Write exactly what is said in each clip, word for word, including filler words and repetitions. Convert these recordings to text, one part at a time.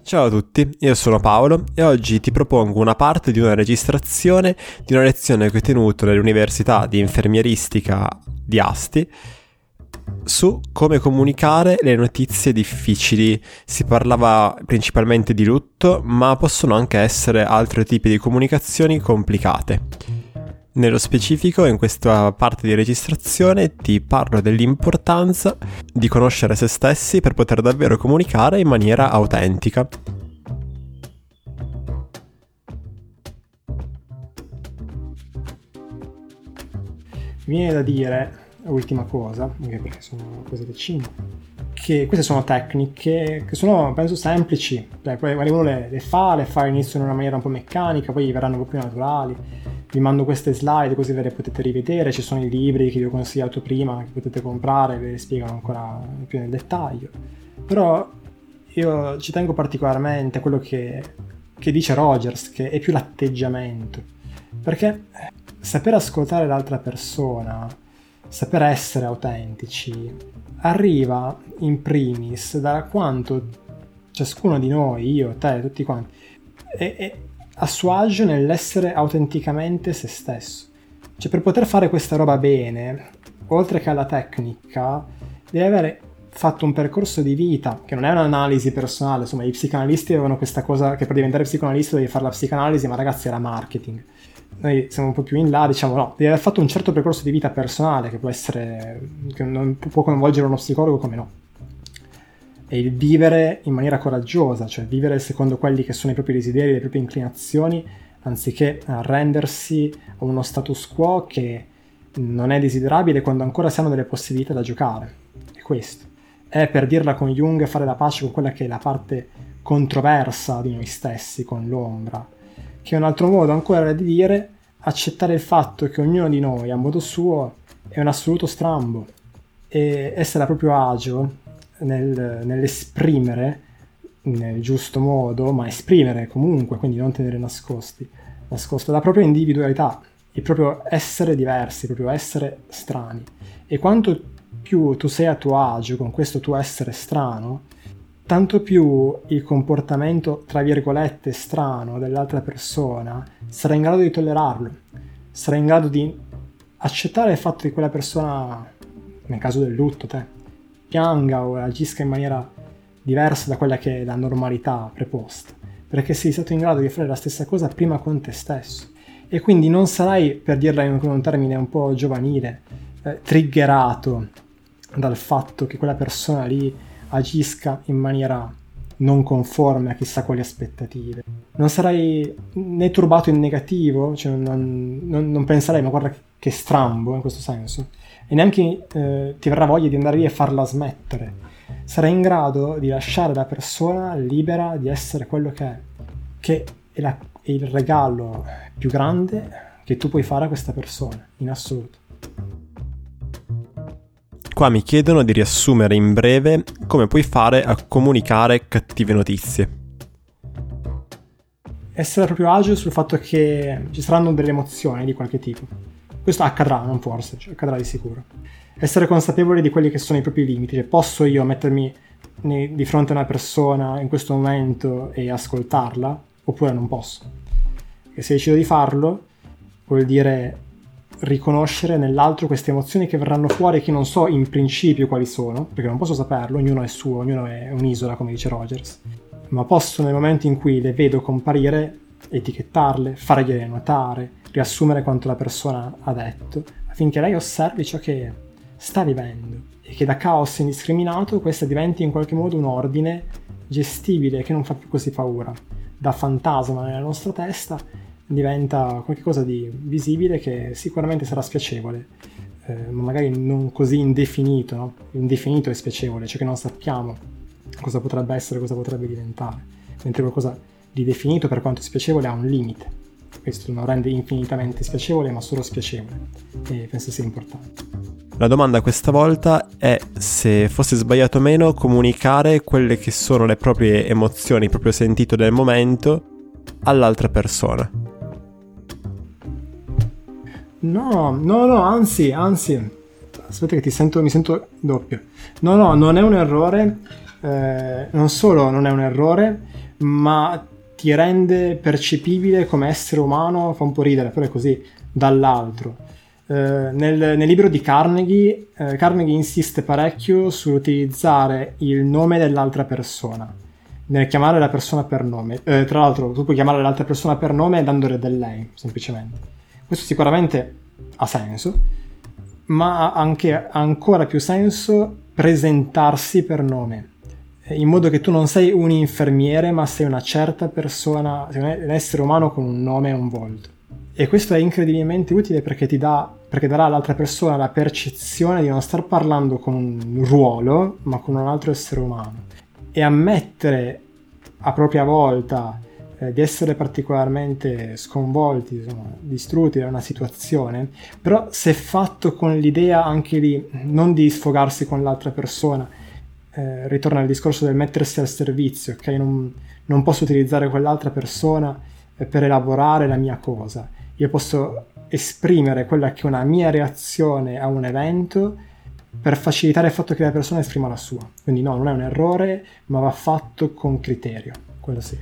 Ciao a tutti, io sono Paolo e oggi ti propongo una parte di una registrazione di una lezione che ho tenuto nell'Università di Infermieristica di Asti su come comunicare le notizie difficili. Si parlava principalmente di lutto, ma possono anche essere altri tipi di comunicazioni complicate. Nello specifico, in questa parte di registrazione ti parlo dell'importanza di conoscere se stessi per poter davvero comunicare in maniera autentica. Mi viene da dire, ultima cosa, anche perché sono quasi le cinque, che queste sono tecniche che sono, penso, semplici. Cioè, poi uno le, le fa, le fa all'inizio in una maniera un po' meccanica, poi verranno un po' più naturali. Vi mando queste slide così ve le potete rivedere, ci sono i libri che vi ho consigliato prima, che potete comprare, ve le spiegano ancora più nel dettaglio. Però io ci tengo particolarmente a quello che, che dice Rogers, che è più l'atteggiamento. Perché saper ascoltare l'altra persona, saper essere autentici, arriva in primis da quanto ciascuno di noi, io, te, tutti quanti, è, è a suo agio nell'essere autenticamente se stesso. Cioè, per poter fare questa roba bene, oltre che alla tecnica, devi avere fatto un percorso di vita, che non è un'analisi personale. Insomma, i psicanalisti avevano questa cosa che per diventare psicanalista devi fare la psicanalisi, ma ragazzi, era marketing. Noi siamo un po' più in là, diciamo no, devi aver fatto un certo percorso di vita personale che può essere, che non può coinvolgere uno psicologo, come no. E il vivere in maniera coraggiosa, cioè vivere secondo quelli che sono i propri desideri, le proprie inclinazioni, anziché arrendersi a uno status quo che non è desiderabile quando ancora si hanno delle possibilità da giocare. È questo. È, per dirla con Jung, fare la pace con quella che è la parte controversa di noi stessi, con l'ombra, che è un altro modo ancora di dire accettare il fatto che ognuno di noi, a modo suo, è un assoluto strambo, e essere a proprio agio nel, nell'esprimere nel giusto modo, ma esprimere comunque, quindi non tenere nascosti, nascosto la propria individualità, il proprio essere diversi, il proprio essere strani. E quanto più tu sei a tuo agio con questo tuo essere strano, tanto più il comportamento, tra virgolette, strano dell'altra persona sarà in grado di tollerarlo, sarà in grado di accettare il fatto che quella persona, nel caso del lutto, te, pianga o agisca in maniera diversa da quella che è la normalità preposta, perché sei stato in grado di fare la stessa cosa prima con te stesso. E quindi non sarai, per dirla in un termine un po' giovanile, eh, triggerato dal fatto che quella persona lì agisca in maniera non conforme a chissà quali aspettative. Non sarai né turbato in negativo, cioè non, non, non penserai ma guarda che strambo in questo senso, e neanche eh, ti verrà voglia di andare lì e farla smettere. Sarai in grado di lasciare la persona libera di essere quello che è, che è, la, è il regalo più grande che tu puoi fare a questa persona, in assoluto. Qua mi chiedono di riassumere in breve come puoi fare a comunicare cattive notizie. Essere a proprio agio sul fatto che ci saranno delle emozioni di qualche tipo. Questo accadrà, non forse, cioè accadrà di sicuro. Essere consapevoli di quelli che sono i propri limiti. Cioè, posso io mettermi di fronte a una persona in questo momento e ascoltarla, oppure non posso? E se decido di farlo, vuol dire riconoscere nell'altro queste emozioni che verranno fuori, che non so in principio quali sono, perché non posso saperlo, ognuno è suo, ognuno è un'isola, come dice Rogers, ma posso, nel momento in cui le vedo comparire, etichettarle, fargliele notare, riassumere quanto la persona ha detto, affinché lei osservi ciò che sta vivendo e che da caos indiscriminato questa diventi in qualche modo un ordine gestibile che non fa più così paura. Da fantasma nella nostra testa diventa qualcosa di visibile che sicuramente sarà spiacevole, eh, ma magari non così indefinito, no? Indefinito è spiacevole, cioè che non sappiamo cosa potrebbe essere, cosa potrebbe diventare, mentre qualcosa di definito, per quanto spiacevole, ha un limite. Questo non rende infinitamente spiacevole, ma solo spiacevole, e penso sia importante. La domanda questa volta è se fosse sbagliato o meno comunicare quelle che sono le proprie emozioni, il proprio sentito del momento all'altra persona. No, no, no, anzi, anzi, aspetta che ti sento, mi sento doppio. No, no, non è un errore, eh, non solo non è un errore, ma ti rende percepibile come essere umano, fa un po' ridere, però è così, dall'altro. Eh, nel, nel libro di Carnegie, eh, Carnegie insiste parecchio sull'utilizzare il nome dell'altra persona, nel chiamare la persona per nome. Eh, tra l'altro tu puoi chiamare l'altra persona per nome dandole del lei, semplicemente. Questo sicuramente ha senso, ma ha anche ancora più senso presentarsi per nome, in modo che tu non sei un infermiere, ma sei una certa persona, sei un essere umano con un nome e un volto. E questo è incredibilmente utile perché ti dà, perché darà all'altra persona la percezione di non star parlando con un ruolo, ma con un altro essere umano. E ammettere a propria volta eh, di essere particolarmente sconvolti, insomma, distrutti da una situazione, però se fatto con l'idea anche lì non di sfogarsi con l'altra persona, eh, ritorna al discorso del mettersi al servizio, ok? Non, non posso utilizzare quell'altra persona eh, per elaborare la mia cosa. Io posso esprimere quella che è una mia reazione a un evento per facilitare il fatto che la persona esprima la sua. Quindi no, non è un errore, ma va fatto con criterio, quello sì.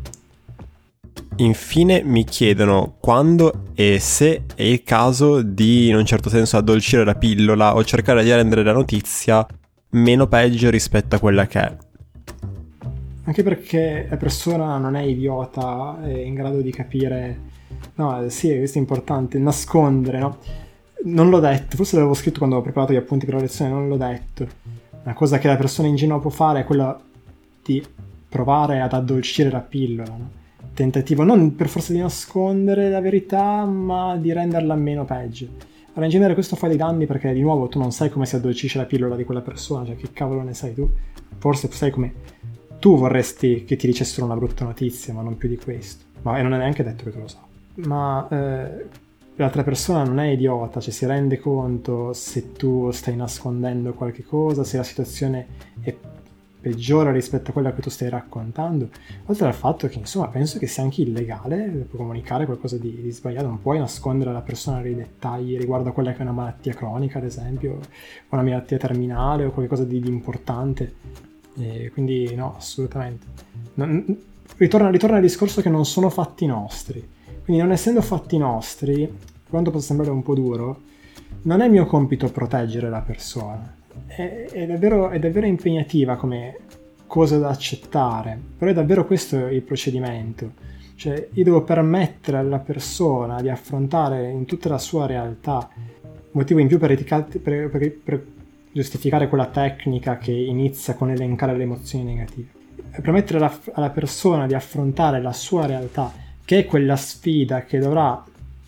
Infine mi chiedono quando e se è il caso di, in un certo senso, addolcire la pillola o cercare di rendere la notizia meno peggio rispetto a quella che è. Anche perché la persona non è idiota, è in grado di capire... No, sì, questo è importante, nascondere, no? Non l'ho detto, forse l'avevo scritto quando ho preparato gli appunti per la lezione, non l'ho detto. Una cosa che la persona ingenua può fare è quella di provare ad addolcire la pillola, no? Tentativo non per forza di nascondere la verità, ma di renderla meno peggio. Allora, in genere questo fa dei danni perché, di nuovo, tu non sai come si addolcisce la pillola di quella persona, cioè che cavolo ne sai tu? Forse sai come tu vorresti che ti dicessero una brutta notizia, ma non più di questo. Ma e non è neanche detto che tu lo sai. Ma eh, l'altra persona non è idiota, cioè si rende conto se tu stai nascondendo qualche cosa, se la situazione è peggiore rispetto a quella che tu stai raccontando, oltre al fatto che insomma penso che sia anche illegale comunicare qualcosa di, di sbagliato, non puoi nascondere alla persona dei dettagli riguardo a quella che è una malattia cronica, ad esempio, o una malattia terminale o qualcosa di, di importante, e quindi no, assolutamente. Non, ritorna, ritorna al discorso che non sono fatti nostri. Quindi non essendo fatti nostri, quanto possa sembrare un po' duro, non è mio compito proteggere la persona. È, è, davvero, è davvero impegnativa come cosa da accettare, però è davvero questo il procedimento. Cioè io devo permettere alla persona di affrontare in tutta la sua realtà, motivo in più per, per, per, per giustificare quella tecnica che inizia con elencare le emozioni negative. Permettere alla, alla persona di affrontare la sua realtà, che è quella sfida che dovrà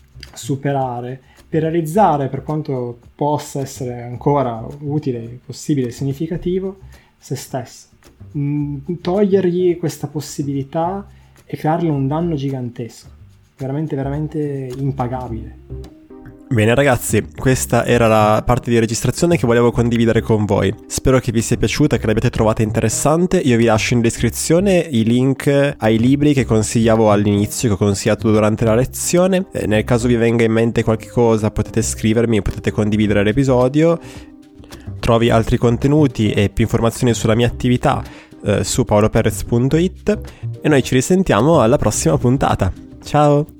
superare per realizzare, per quanto possa essere ancora utile, possibile, significativo, se stessa. Togliergli questa possibilità e crearle un danno gigantesco, veramente, veramente impagabile. Bene ragazzi, questa era la parte di registrazione che volevo condividere con voi. Spero che vi sia piaciuta, che l'abbiate trovata interessante. Io vi lascio in descrizione i link ai libri che consigliavo all'inizio, che ho consigliato durante la lezione. Eh, nel caso vi venga in mente qualche cosa potete scrivermi, potete condividere l'episodio. Trovi altri contenuti e più informazioni sulla mia attività eh, su paoloperez punto it e noi ci risentiamo alla prossima puntata. Ciao!